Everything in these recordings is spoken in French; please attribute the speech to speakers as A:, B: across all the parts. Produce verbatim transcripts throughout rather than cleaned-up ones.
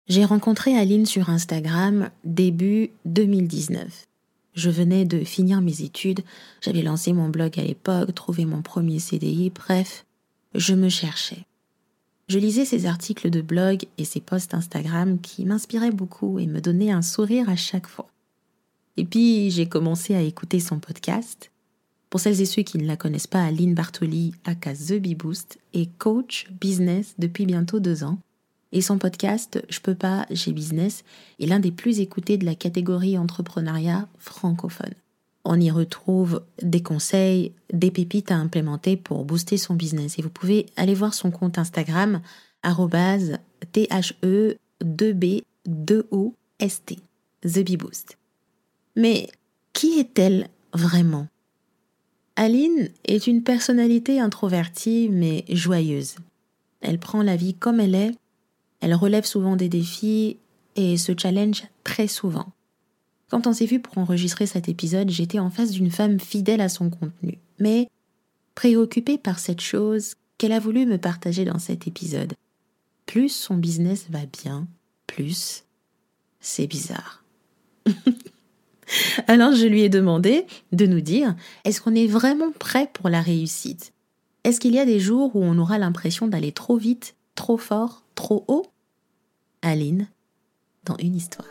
A: J'ai rencontré Aline sur Instagram début deux mille dix-neuf. Je venais de finir mes études, j'avais lancé mon blog à l'époque, trouvé mon premier C D I, bref, je me cherchais. Je lisais ses articles de blog et ses posts Instagram qui m'inspiraient beaucoup et me donnaient un sourire à chaque fois. Et puis, j'ai commencé à écouter son podcast. Pour celles et ceux qui ne la connaissent pas, Aline Bartoli, aka The Bee Boost, est coach business depuis bientôt deux ans. Et son podcast « Je peux pas, j'ai business » est l'un des plus écoutés de la catégorie entrepreneuriat francophone. On y retrouve des conseils, des pépites à implémenter pour booster son business. Et vous pouvez aller voir son compte Instagram, arobase T H E deux B deux O S T, The Bee Boost. Mais qui est-elle vraiment ? Aline est une personnalité introvertie mais joyeuse. Elle prend la vie comme elle est. Elle relève souvent des défis et se challenge très souvent. Quand on s'est vu pour enregistrer cet épisode, j'étais en face d'une femme fidèle à son contenu, mais préoccupée par cette chose qu'elle a voulu me partager dans cet épisode. Plus son business va bien, plus c'est bizarre. Alors je lui ai demandé de nous dire, est-ce qu'on est vraiment prêt pour la réussite ? Est-ce qu'il y a des jours où on aura l'impression d'aller trop vite, trop fort, trop haut ? Aline, dans une histoire.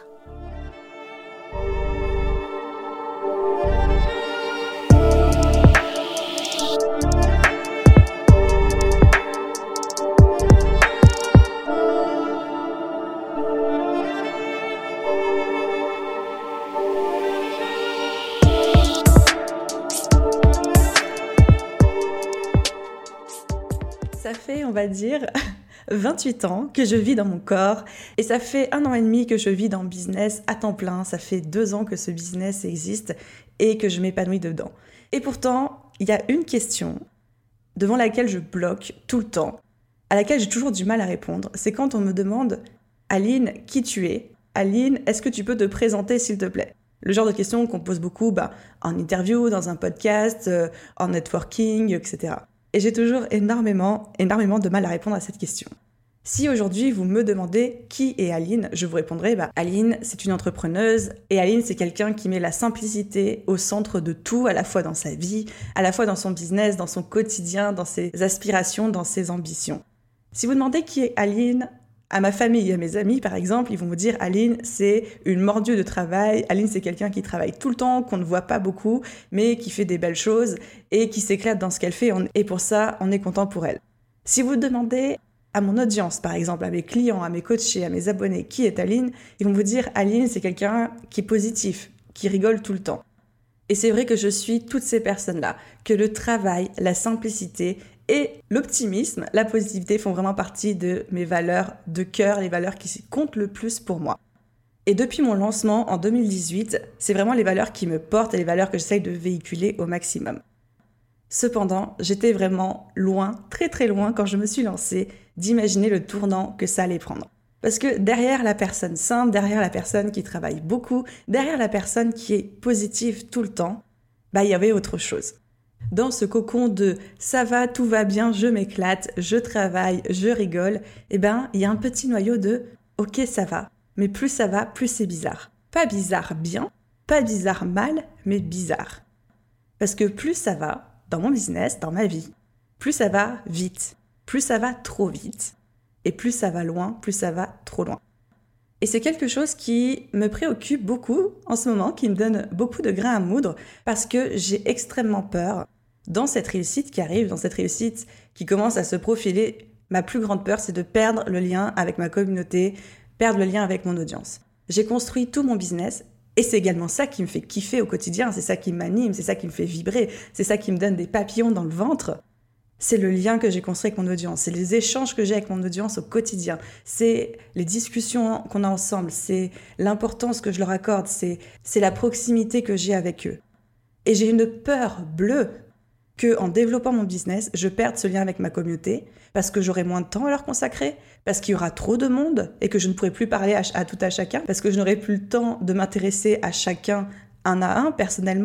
B: Ça fait, on va dire, vingt-huit ans que je vis dans mon corps et ça fait un an et demi que je vis dans le business à temps plein. Ça fait deux ans que ce business existe et que je m'épanouis dedans. Et pourtant, il y a une question devant laquelle je bloque tout le temps, à laquelle j'ai toujours du mal à répondre. C'est quand on me demande « Aline, qui tu es ? Aline, est-ce que tu peux te présenter s'il te plaît ?» Le genre de questions qu'on pose beaucoup bah, en interview, dans un podcast, euh, en networking, et cetera. Et j'ai toujours énormément, énormément de mal à répondre à cette question. Si aujourd'hui vous me demandez qui est Aline, je vous répondrai bah, Aline, c'est une entrepreneuse et Aline, c'est quelqu'un qui met la simplicité au centre de tout, à la fois dans sa vie, à la fois dans son business, dans son quotidien, dans ses aspirations, dans ses ambitions. Si vous demandez qui est Aline, à ma famille et à mes amis, par exemple, ils vont me dire Aline, c'est une mordue de travail. Aline, c'est quelqu'un qui travaille tout le temps, qu'on ne voit pas beaucoup, mais qui fait des belles choses et qui s'éclate dans ce qu'elle fait. Et pour ça, on est content pour elle. Si vous demandez à mon audience, par exemple, à mes clients, à mes coachés, à mes abonnés, qui est Aline, ils vont vous dire Aline, c'est quelqu'un qui est positif, qui rigole tout le temps. Et c'est vrai que je suis toutes ces personnes-là, que le travail, la simplicité et l'optimisme, la positivité font vraiment partie de mes valeurs de cœur, les valeurs qui comptent le plus pour moi. Et depuis mon lancement en deux mille dix-huit, c'est vraiment les valeurs qui me portent et les valeurs que j'essaye de véhiculer au maximum. Cependant, j'étais vraiment loin, très très loin quand je me suis lancée d'imaginer le tournant que ça allait prendre. Parce que derrière la personne simple, derrière la personne qui travaille beaucoup, derrière la personne qui est positive tout le temps, bah il y avait autre chose. Dans ce cocon de « ça va, tout va bien, je m'éclate, je travaille, je rigole », eh ben, il y a un petit noyau de « ok, ça va », mais plus ça va, plus c'est bizarre. Pas bizarre bien, pas bizarre mal, mais bizarre. Parce que plus ça va, dans mon business, dans ma vie, plus ça va vite, plus ça va trop vite, et plus ça va loin, plus ça va trop loin. Et c'est quelque chose qui me préoccupe beaucoup en ce moment, qui me donne beaucoup de grains à moudre, parce que j'ai extrêmement peur, dans cette réussite qui arrive, dans cette réussite qui commence à se profiler, ma plus grande peur, c'est de perdre le lien avec ma communauté, perdre le lien avec mon audience. J'ai construit tout mon business, et c'est également ça qui me fait kiffer au quotidien, c'est ça qui m'anime, c'est ça qui me fait vibrer, c'est ça qui me donne des papillons dans le ventre. C'est le lien que j'ai construit avec mon audience, c'est les échanges que j'ai avec mon audience au quotidien, c'est les discussions qu'on a ensemble, c'est l'importance que je leur accorde, c'est, c'est la proximité que j'ai avec eux. Et j'ai une peur bleue qu'en développant mon business, je perde ce lien avec ma communauté parce que j'aurai moins de temps à leur consacrer, parce qu'il y aura trop de monde et que je ne pourrai plus parler à, à tout à chacun, parce que je n'aurai plus le temps de m'intéresser à chacun un à un personnellement,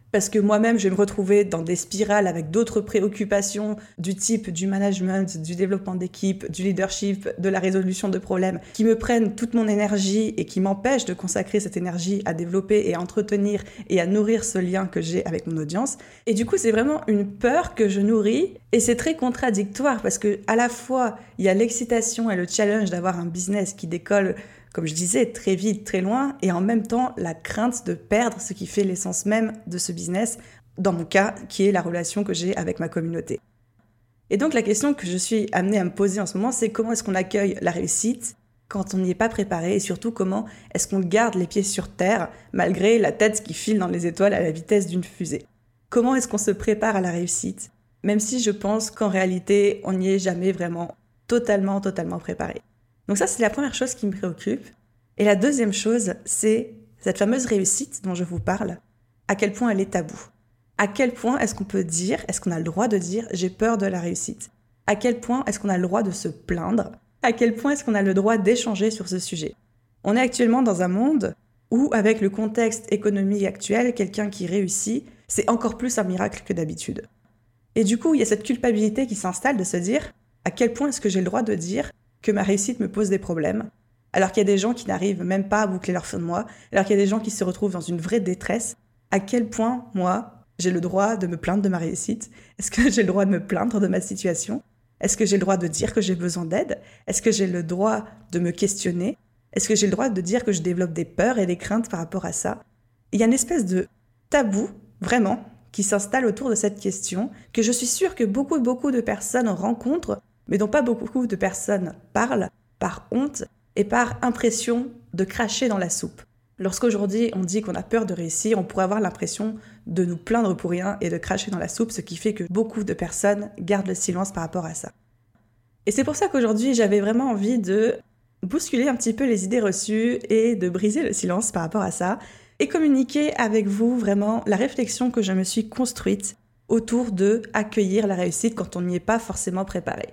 B: Parce que moi-même, je vais me retrouver dans des spirales avec d'autres préoccupations du type du management, du développement d'équipe, du leadership, de la résolution de problèmes, qui me prennent toute mon énergie et qui m'empêchent de consacrer cette énergie à développer et à entretenir et à nourrir ce lien que j'ai avec mon audience. Et du coup, c'est vraiment une peur que je nourris et c'est très contradictoire parce que à la fois, il y a l'excitation et le challenge d'avoir un business qui décolle, comme je disais, très vite, très loin, et en même temps, la crainte de perdre ce qui fait l'essence même de ce business, dans mon cas, qui est la relation que j'ai avec ma communauté. Et donc, la question que je suis amenée à me poser en ce moment, c'est comment est-ce qu'on accueille la réussite quand on n'y est pas préparé, et surtout, comment est-ce qu'on garde les pieds sur terre, malgré la tête qui file dans les étoiles à la vitesse d'une fusée. Comment est-ce qu'on se prépare à la réussite, même si je pense qu'en réalité, on n'y est jamais vraiment totalement, totalement préparé. Donc ça, c'est la première chose qui me préoccupe. Et la deuxième chose, c'est cette fameuse réussite dont je vous parle, à quel point elle est taboue. À quel point est-ce qu'on peut dire, est-ce qu'on a le droit de dire « j'ai peur de la réussite » ? À quel point est-ce qu'on a le droit de se plaindre ? À quel point est-ce qu'on a le droit d'échanger sur ce sujet ? On est actuellement dans un monde où, avec le contexte économique actuel, quelqu'un qui réussit, c'est encore plus un miracle que d'habitude. Et du coup, il y a cette culpabilité qui s'installe de se dire « à quel point est-ce que j'ai le droit de dire » que ma réussite me pose des problèmes, alors qu'il y a des gens qui n'arrivent même pas à boucler leur fin de mois, alors qu'il y a des gens qui se retrouvent dans une vraie détresse, à quel point, moi, j'ai le droit de me plaindre de ma réussite ? Est-ce que j'ai le droit de me plaindre de ma situation ? Est-ce que j'ai le droit de dire que j'ai besoin d'aide ? Est-ce que j'ai le droit de me questionner ? Est-ce que j'ai le droit de dire que je développe des peurs et des craintes par rapport à ça ? Il y a une espèce de tabou, vraiment, qui s'installe autour de cette question, que je suis sûre que beaucoup, beaucoup de personnes rencontrent, mais dont pas beaucoup de personnes parlent, par honte et par impression de cracher dans la soupe. Lorsqu'aujourd'hui on dit qu'on a peur de réussir, on pourrait avoir l'impression de nous plaindre pour rien et de cracher dans la soupe, ce qui fait que beaucoup de personnes gardent le silence par rapport à ça. Et c'est pour ça qu'aujourd'hui j'avais vraiment envie de bousculer un petit peu les idées reçues et de briser le silence par rapport à ça, et communiquer avec vous vraiment la réflexion que je me suis construite autour de accueillir la réussite quand on n'y est pas forcément préparé.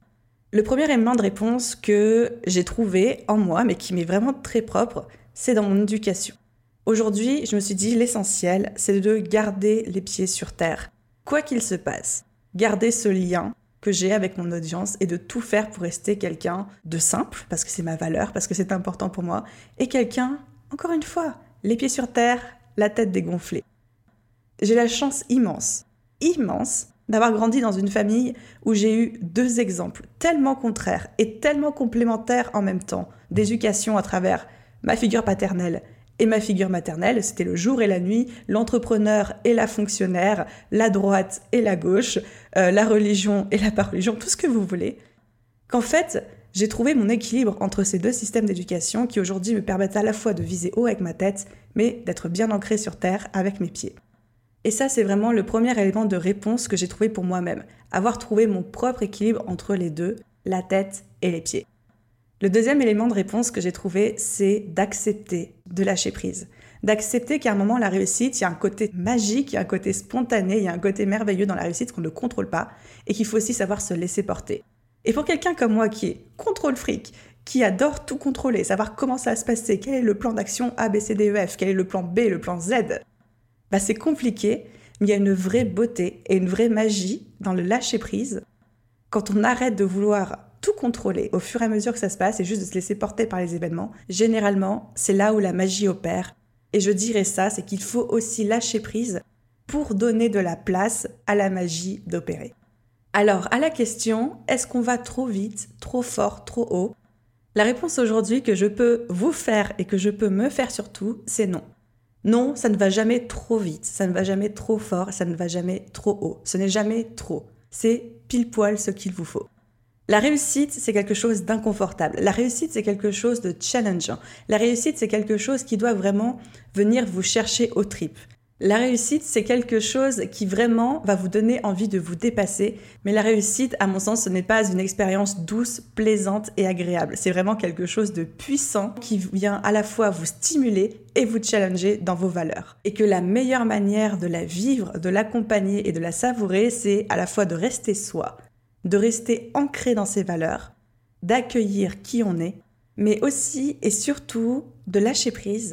B: Le premier élément de réponse que j'ai trouvé en moi, mais qui m'est vraiment très propre, c'est dans mon éducation. Aujourd'hui, je me suis dit l'essentiel, c'est de garder les pieds sur terre. Quoi qu'il se passe, garder ce lien que j'ai avec mon audience et de tout faire pour rester quelqu'un de simple, parce que c'est ma valeur, parce que c'est important pour moi, et quelqu'un, encore une fois, les pieds sur terre, la tête dégonflée. J'ai la chance immense, immense, d'avoir grandi dans une famille où j'ai eu deux exemples tellement contraires et tellement complémentaires en même temps d'éducation à travers ma figure paternelle et ma figure maternelle. C'était le jour et la nuit, l'entrepreneur et la fonctionnaire, la droite et la gauche, euh, la religion et la pas-religion, tout ce que vous voulez. Qu'en fait, j'ai trouvé mon équilibre entre ces deux systèmes d'éducation qui aujourd'hui me permettent à la fois de viser haut avec ma tête, mais d'être bien ancré sur terre avec mes pieds. Et ça, c'est vraiment le premier élément de réponse que j'ai trouvé pour moi-même. Avoir trouvé mon propre équilibre entre les deux, la tête et les pieds. Le deuxième élément de réponse que j'ai trouvé, c'est d'accepter de lâcher prise. D'accepter qu'à un moment, la réussite, il y a un côté magique, il y a un côté spontané, il y a un côté merveilleux dans la réussite qu'on ne contrôle pas et qu'il faut aussi savoir se laisser porter. Et pour quelqu'un comme moi qui est contrôle freak, qui adore tout contrôler, savoir comment ça va se passer, quel est le plan d'action A, B, C, D, E, F, quel est le plan B, le plan Z, bah c'est compliqué, mais il y a une vraie beauté et une vraie magie dans le lâcher-prise quand on arrête de vouloir tout contrôler au fur et à mesure que ça se passe et juste de se laisser porter par les événements. Généralement, c'est là où la magie opère. Et je dirais ça, c'est qu'il faut aussi lâcher prise pour donner de la place à la magie d'opérer. Alors, à la question, est-ce qu'on va trop vite, trop fort, trop haut ? La réponse aujourd'hui que je peux vous faire et que je peux me faire surtout, c'est non. Non, ça ne va jamais trop vite, ça ne va jamais trop fort, ça ne va jamais trop haut. Ce n'est jamais trop. C'est pile poil ce qu'il vous faut. La réussite, c'est quelque chose d'inconfortable. La réussite, c'est quelque chose de challengeant. La réussite, c'est quelque chose qui doit vraiment venir vous chercher aux tripes. La réussite, c'est quelque chose qui vraiment va vous donner envie de vous dépasser. Mais la réussite, à mon sens, ce n'est pas une expérience douce, plaisante et agréable. C'est vraiment quelque chose de puissant qui vient à la fois vous stimuler et vous challenger dans vos valeurs. Et que la meilleure manière de la vivre, de l'accompagner et de la savourer, c'est à la fois de rester soi, de rester ancré dans ses valeurs, d'accueillir qui on est, mais aussi et surtout de lâcher prise,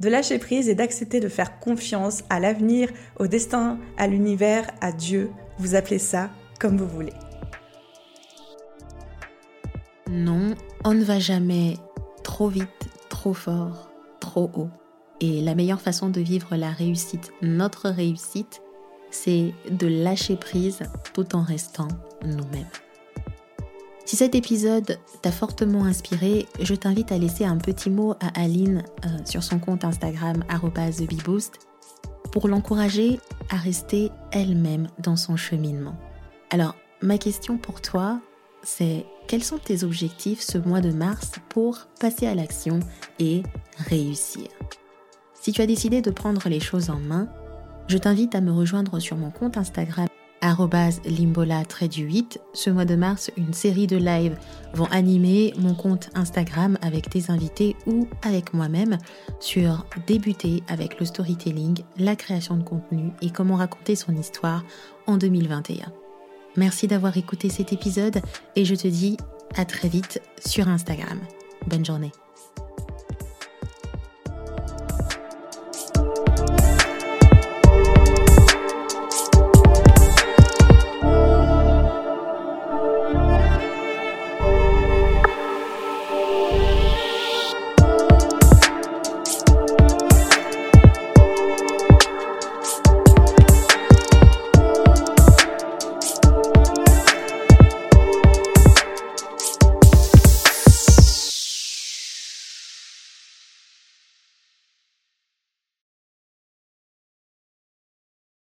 B: de lâcher prise et d'accepter de faire confiance à l'avenir, au destin, à l'univers, à Dieu. Vous appelez ça comme vous voulez.
A: Non, on ne va jamais trop vite, trop fort, trop haut. Et la meilleure façon de vivre la réussite, notre réussite, c'est de lâcher prise tout en restant nous-mêmes. Si cet épisode t'a fortement inspiré, je t'invite à laisser un petit mot à Aline euh, sur son compte Instagram arobase the bee boost pour l'encourager à rester elle-même dans son cheminement. Alors, ma question pour toi, c'est quels sont tes objectifs ce mois de mars pour passer à l'action et réussir ? Si tu as décidé de prendre les choses en main, je t'invite à me rejoindre sur mon compte Instagram arobase limbola trait du huit. Ce mois de mars, une série de lives vont animer mon compte Instagram avec des invités ou avec moi-même sur débuter avec le storytelling, la création de contenu et comment raconter son histoire en deux mille vingt et un. Merci d'avoir écouté cet épisode et je te dis à très vite sur Instagram. Bonne journée.